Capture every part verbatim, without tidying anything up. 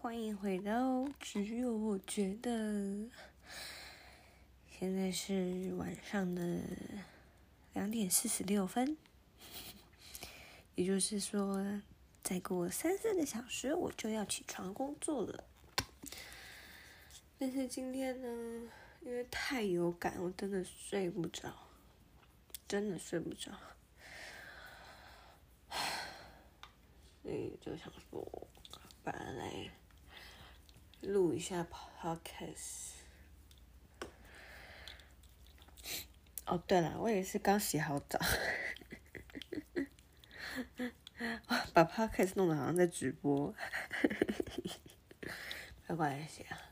欢迎回到只有我觉得。现在是晚上的两点四十六分，也就是说，再过三四个小时我就要起床工作了。但是今天呢，因为太有感，我真的睡不着，真的睡不着，所以就想说，把它来录一下 podcast。哦，对了，我也是刚洗好澡，把 podcast 弄得好像在直播，没关系啊。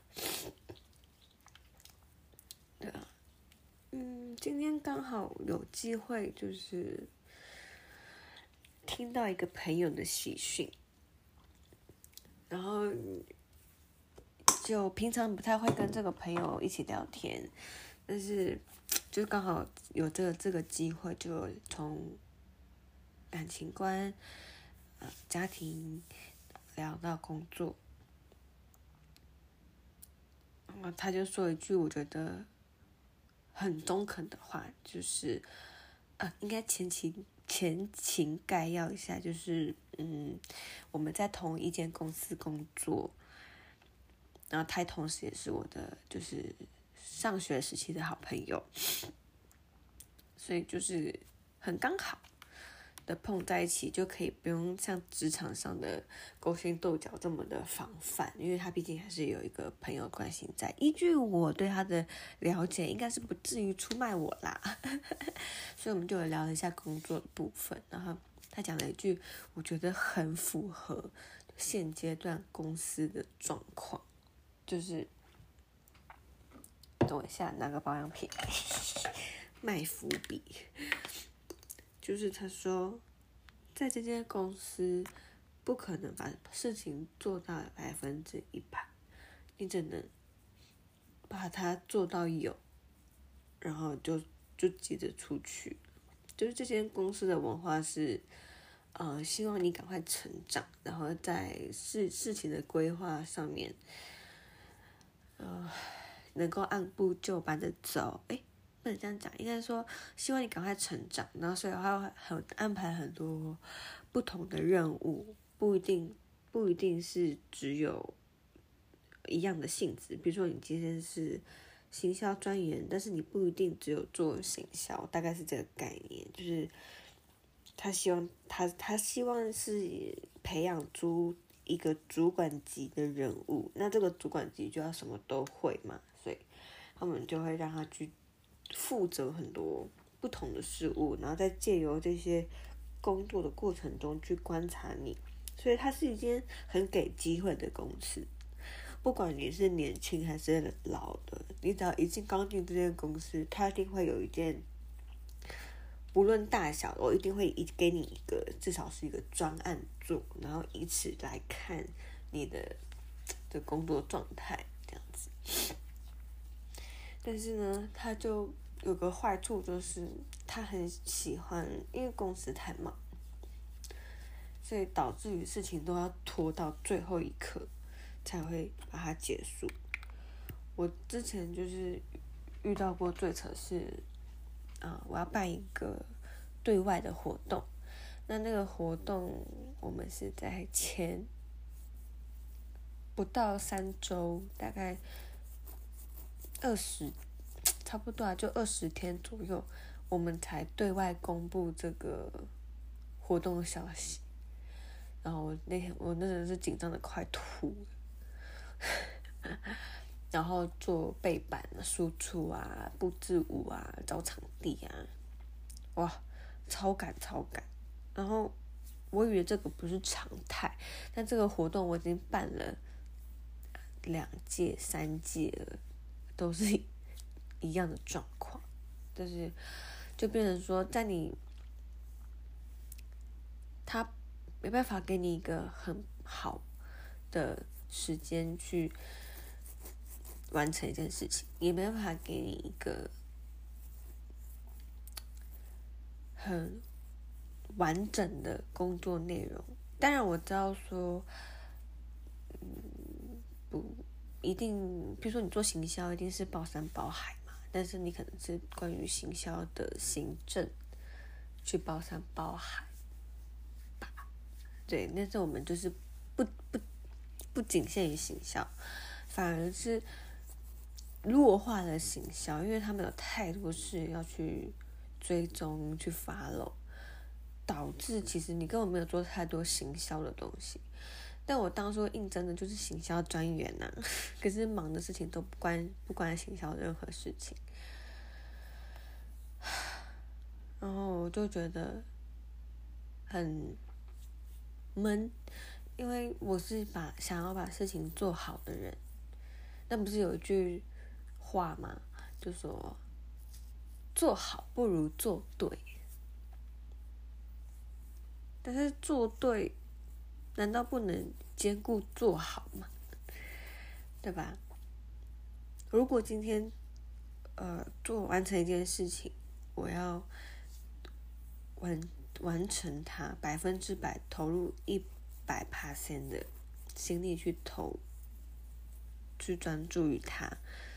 对啊，嗯，今天刚好有机会，就是听到一个朋友的喜讯，然后就平常不太会跟这个朋友一起聊天，但是就刚好有这个这个机会，就从感情观、呃家庭聊到工作，然后他就说一句我觉得很中肯的话，就是呃，应该前情前情概要一下，就是嗯，我们在同一间公司工作，然后他同时也是我的就是上学时期的好朋友，所以就是很刚好的碰在一起，就可以不用像职场上的勾心斗角这么的防范，因为他毕竟还是有一个朋友关系在。依据我对他的了解，应该是不至于出卖我啦，所以我们就有聊了一下工作的部分，然后他讲了一句我觉得很符合现阶段公司的状况，就是等我一下拿个保养品卖伏笔，就是他说在这间公司不可能把事情做到百分之一百，你只能把它做到有，然后就就急着出去。就是这间公司的文化是，呃，希望你赶快成长，然后在事事情的规划上面，呃，能够按部就班的走。诶，不能这样讲，应该说希望你赶快成长，然后所以他会很安排很多不同的任务，不一定不一定是只有一样的性质。比如说你今天是行销专员，但是你不一定只有做行销，大概是这个概念。就是他希望他他希望是培养出一个主管级的人物，那这个主管级就要什么都会嘛，所以他们就会让他去负责很多不同的事物，然后再借由这些工作的过程中去观察你，所以它是一间很给机会的公司。不管你是年轻还是老的，你只要一进刚进这间公司，它一定会有一件，不论大小，我一定会给你一个至少是一个专案做，然后以此来看你的的工作状态这样子。但是呢，他就有个坏处，就是他很喜欢，因为公司太忙，所以导致于事情都要拖到最后一刻才会把它结束。我之前就是遇到过最扯是，啊、呃，我要办一个对外的活动，那那个活动我们是在前不到三周，大概二十，差不多啊，就二十天左右，我们才对外公布这个活动的消息。然后我那天我那人是紧张的快吐了，然后做背板、输出啊、布置舞啊、找场地啊，哇，超赶超赶。然后我以为这个不是常态，但这个活动我已经办了两届、三届了，都是一样的状况，就是就变成说，在你他没办法给你一个很好的时间去完成一件事情，也没办法给你一个很完整的工作内容。当然我知道说，嗯， 不一定，比如说你做行销一定是包山包海嘛，但是你可能是关于行销的行政去包山包海吧。对，但是我们就是不不不仅限于行销，反而是弱化了行销，因为他们有太多事要去追踪去 follow， 导致其实你根本没有做太多行销的东西。但我当初应征的就是行销专员呐、啊，可是忙的事情都不关不关行销任何事情，然后我就觉得很闷，因为我是把想要把事情做好的人。那不是有一句话吗？就说做好不如做对，但是做对难道不能兼顾做好吗？对吧？如果今天呃做完成一件事情，我要完完成它，百分之百投入一百 percent 的心力去投，去专注于它，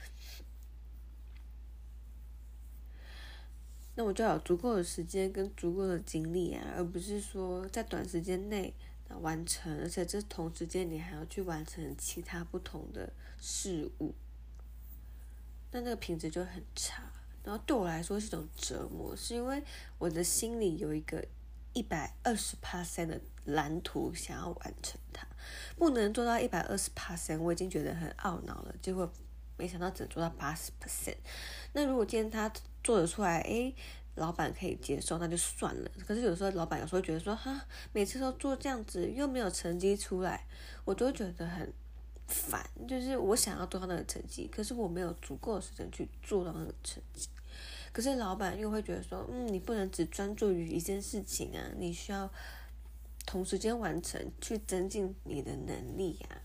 那我就要有足够的时间跟足够的精力啊，而不是说在短时间内完成，而且这同时间你还要去完成其他不同的事物，那那个品质就很差。然后对我来说是一种折磨，是因为我的心里有一个一百二十 percent 的蓝图想要完成它，不能做到一百二十 percent， 我已经觉得很懊恼了。结果没想到只能做到八十 percent。那如果今天他做得出来，诶，老板可以接受，那就算了。可是有时候老板有时候会觉得说，哈，每次都做这样子，又没有成绩出来，我就会觉得很烦。就是我想要做到那个成绩，可是我没有足够的时间去做到那个成绩。可是老板又会觉得说，嗯，你不能只专注于一件事情啊，你需要同时间完成，去增进你的能力啊。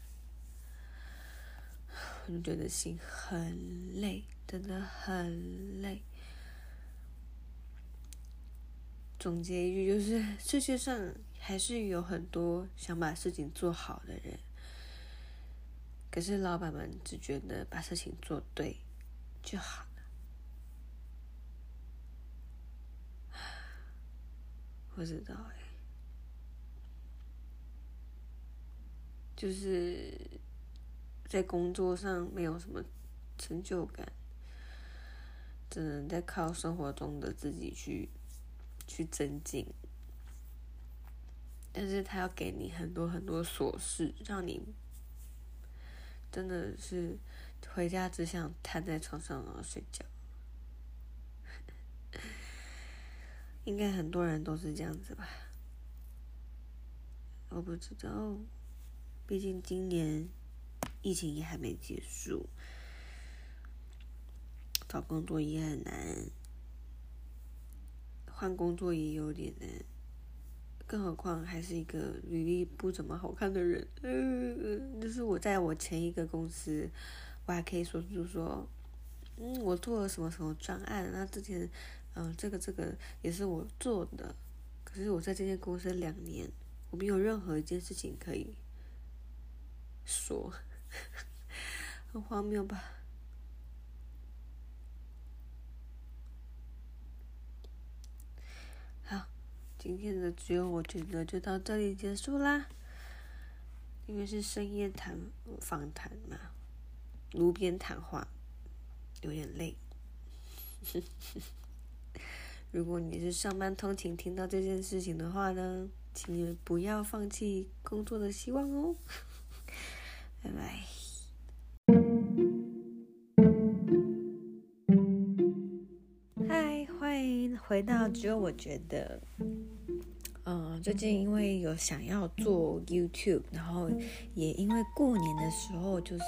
我就觉得心很累，真的很累。总结一句就是，世界上还是有很多想把事情做好的人，可是老板们只觉得把事情做对就好了。不知道哎，就是在工作上没有什么成就感，只能在靠生活中的自己去去增进。但是他要给你很多很多琐事，让你真的是回家只想瘫在床上然后睡觉。应该很多人都是这样子吧，我不知道，毕竟今年疫情也还没结束，找工作也很难，换工作也有点难，更何况还是一个履历不怎么好看的人。嗯，就是我在我前一个公司，我还可以说出说，嗯，我做了什么什么专案，那之前，嗯、呃，这个这个也是我做的，可是我在这间公司两年，我没有任何一件事情可以说，很荒谬吧？好，今天的只有我觉得就到这里结束啦，因为是深夜谈访谈嘛，路边谈话，有点累。如果你是上班通勤听到这件事情的话呢，请你们不要放弃工作的希望哦。拜拜。嗨，欢迎回到只有我觉得。嗯、呃，最近因为有想要做 YouTube， 然后也因为过年的时候就是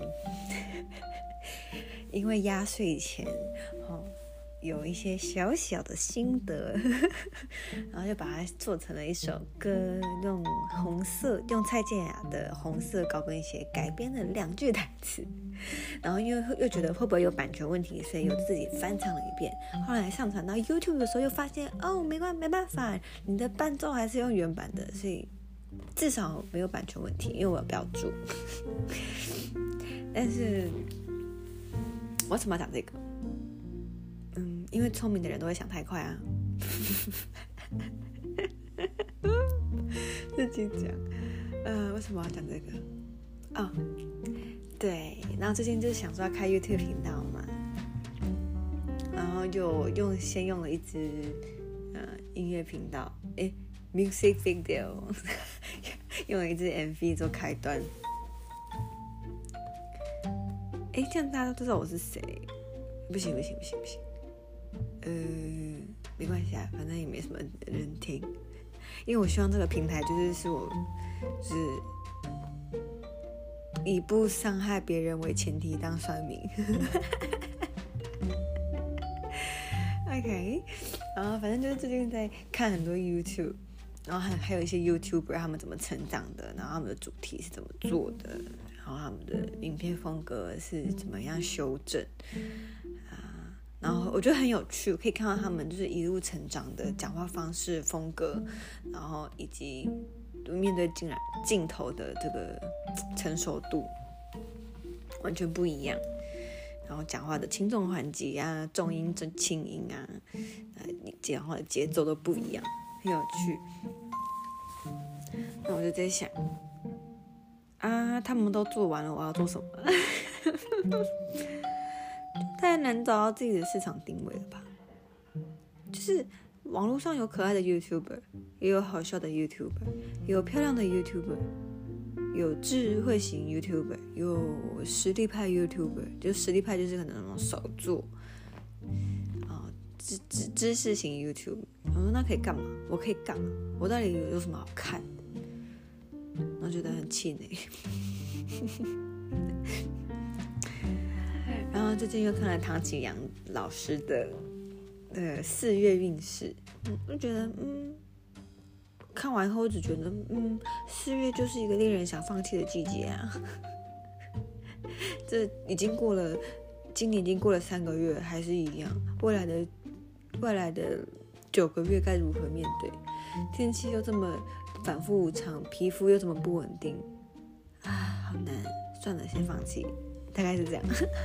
因为压岁钱，哦。有一些小小的心得，然后就把它做成了一首歌，用红色用蔡健雅的红色高跟鞋改编了两句台词，然后因为又觉得会不会有版权问题，所以又自己翻唱了一遍。后来上传到 YouTube 的时候，又发现哦，没关没办法，你的伴奏还是用原版的，所以至少没有版权问题，因为我有标注。但是我为什么要讲这个？嗯，因为聪明的人都会想太快啊。自己讲，呃，为什么要讲这个？哦，对，然后最近就是想说要开 YouTube 频道嘛，然后就用先用了一支呃音乐频道，诶 ，music video， 用了一支 M V 做开端。诶，这样大家都知道我是谁？不行不行不行不行，呃，没关系啊，反正也没什么人听。因为我希望这个平台就是是我就是以不伤害别人为前提当酸民。OK， 然后反正就是最近在看很多 YouTube， 然后还还有一些 YouTuber 他们怎么成长的，然后他们的主题是怎么做的，然后他们的影片风格是怎么样修正啊，然后我觉得很有趣，可以看到他们就是一路成长的讲话方式、风格，然后以及面对镜镜头的这个成熟度完全不一样。然后讲话的轻重缓急啊，重音、轻音啊，呃，讲话的节奏都不一样，很有趣。那我就在想，啊，他们都做完了，我要做什么？太难找到自己的市场定位了吧？就是网络上有可爱的 YouTuber， 也有好笑的 YouTuber， 有漂亮的 YouTuber， 有智慧型 YouTuber， 有实力派 YouTuber， 就实力派就是可能那种手作，啊、知知知识型 YouTuber。我说那可以干嘛？我可以干嘛？我到底有有什么好看的？然后觉得很气馁。然后最近又看了唐启阳老师的呃四月运势，嗯，我觉得嗯，看完后我只觉得嗯，四月就是一个令人想放弃的季节啊。这已经过了，今年已经过了三个月，还是一样。未来的未来的九个月该如何面对？天气又这么反复无常，皮肤又这么不稳定，啊，好难。算了，先放弃。大概是这样。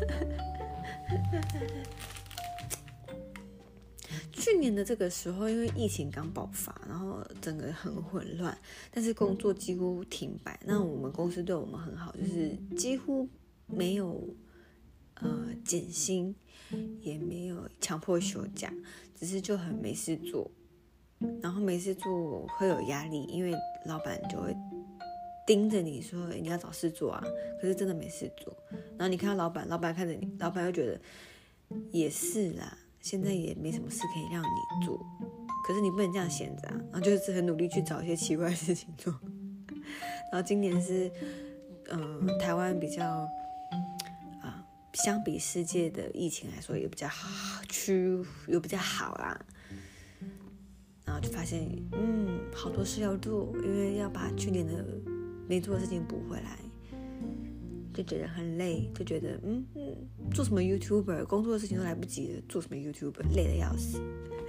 去年的这个时候，因为疫情刚爆发，然后整个很混乱，但是工作几乎停摆。那我们公司对我们很好，就是几乎没有呃减薪，也没有强迫休假，只是就很没事做。然后没事做会有压力，因为老板就会盯着你说你要找事做啊，可是真的没事做。然后你看到老板，老板看着你，老板又觉得也是啦，现在也没什么事可以让你做，可是你不能这样闲着啊，然后就是很努力去找一些奇怪的事情做。然后今年是，嗯、呃，台湾比较啊、呃，相比世界的疫情来说也比较好，区又比较好啦。然后就发现，嗯，好多事要做，因为要把去年的没做的事情补回来。就觉得很累，就觉得嗯嗯，做什么 YouTuber 工作的事情都来不及了，做什么 YouTuber 累得要死。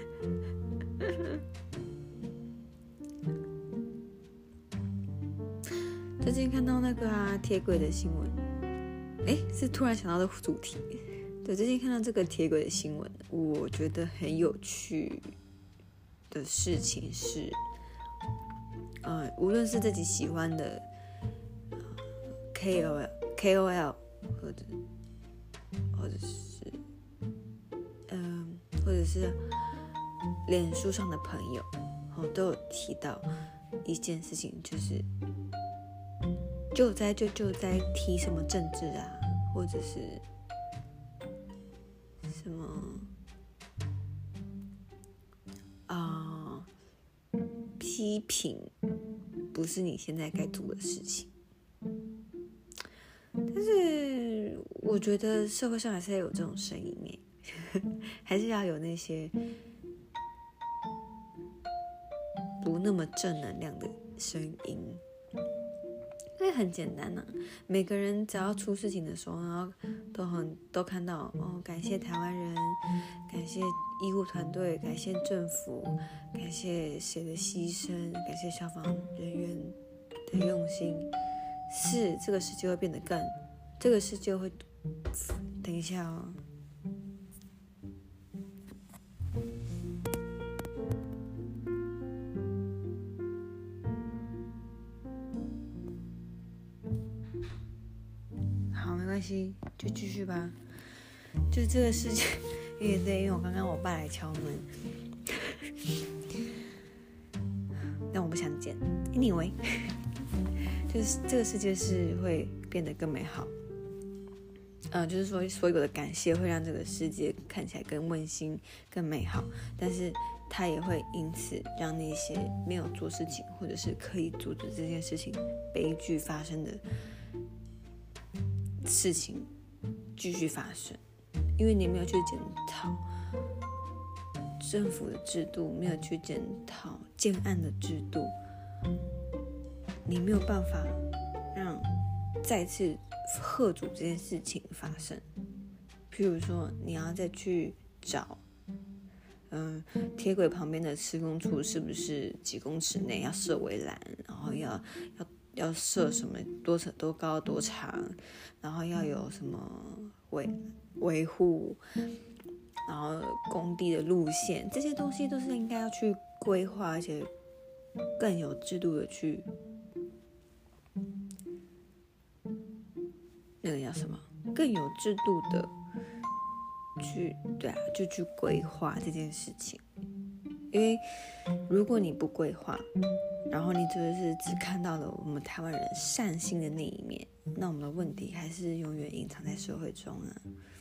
最近看到那个啊铁轨的新闻，哎，是突然想到的主题。对，最近看到这个铁轨的新闻，我觉得很有趣的事情是，呃，无论是自己喜欢的、呃、K O L。K O L 或者或者是嗯，或者是脸书上的朋友，哦，都有提到一件事情，就是救灾就救灾，提什么政治啊，或者是什么啊、呃，批评不是你现在该做的事情。但是我觉得社会上还是要有这种声音耶，还是要有那些不那么正能量的声音。因为很简单啊，每个人只要出事情的时候，然后都很都看到哦，感谢台湾人，感谢医护团队，感谢政府，感谢谁的牺牲，感谢消防人员的用心，是这个世界会变得更，这个世界会，等一下哦。好，没关系，就继续吧。就这个世界，因为对，因为我刚刚我爸来敲门，但我不想剪。Anyway， 就是这个世界是会变得更美好。呃，就是说所有的感谢会让这个世界看起来更温馨、更美好，但是它也会因此让那些没有做事情或者是可以阻止这件事情悲剧发生的事情继续发生，因为你没有去检讨政府的制度，没有去检讨建案的制度，你没有办法让再次吓阻这件事情发生。譬如说，你要再去找，嗯，铁轨旁边的施工处是不是几公尺内要设围栏，然后要要要设什么多长多高多长，然后要有什么维维护，然后工地的路线，这些东西都是应该要去规划，而且更有制度的去。那个叫什么？更有制度的去，对啊，就去规划这件事情。因为如果你不规划，然后你就是只看到了我们台湾人善心的那一面，那我们的问题还是永远隐藏在社会中啊。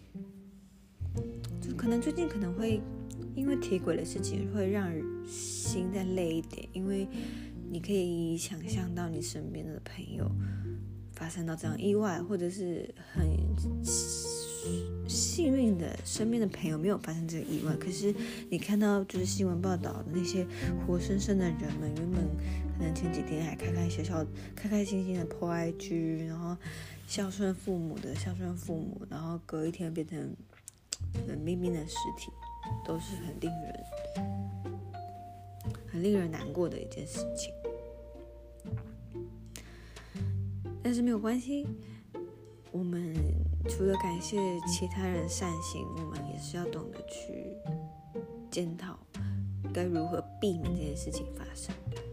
就可能最近可能会因为铁轨的事情会让心再累一点，因为你可以想象到你身边的朋友发生到这样意外，或者是很幸运的身边的朋友没有发生这个意外，可是你看到就是新闻报道的那些活生生的人们，原本可能前几天还开开小小开开心心的 po I G， 然后孝顺父母的孝顺父母，然后隔一天变成冷冰冰的尸体，都是很令人很令人难过的一件事情。但是没有关系，我们除了感谢其他人善行，我们也是要懂得去检讨该如何避免这件事情发生。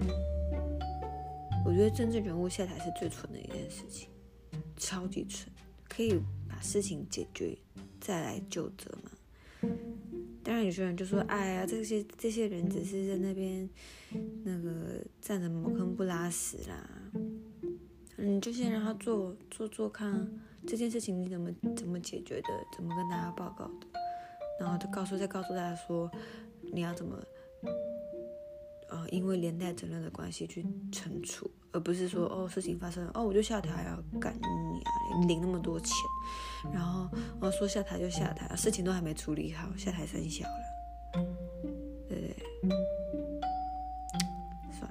我觉得政治人物下台是最蠢的一件事情，超级蠢，可以把事情解决再来究责嘛。当然有些人就说，哎呀，这些这些人只是在那边那个站着茅坑不拉屎啦，你就先让他做做做看这件事情你怎么怎么解决的，怎么跟大家报告的，然后就告诉再告诉大家说你要怎么呃因为连带责任的关系去惩处，而不是说哦事情发生了哦我就下台啊，干你啊，你领那么多钱，然后哦说下台就下台，事情都还没处理好，下台三小了，对不对？算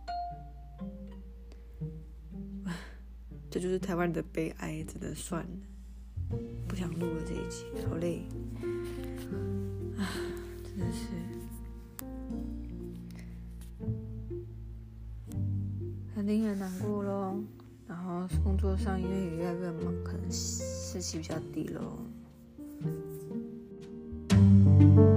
了，这就是台湾的悲哀，真的算了，不想录了这一集，好累啊，真的是很令人难过咯。然后工作上因为也越来越忙，可能士气比较低咯。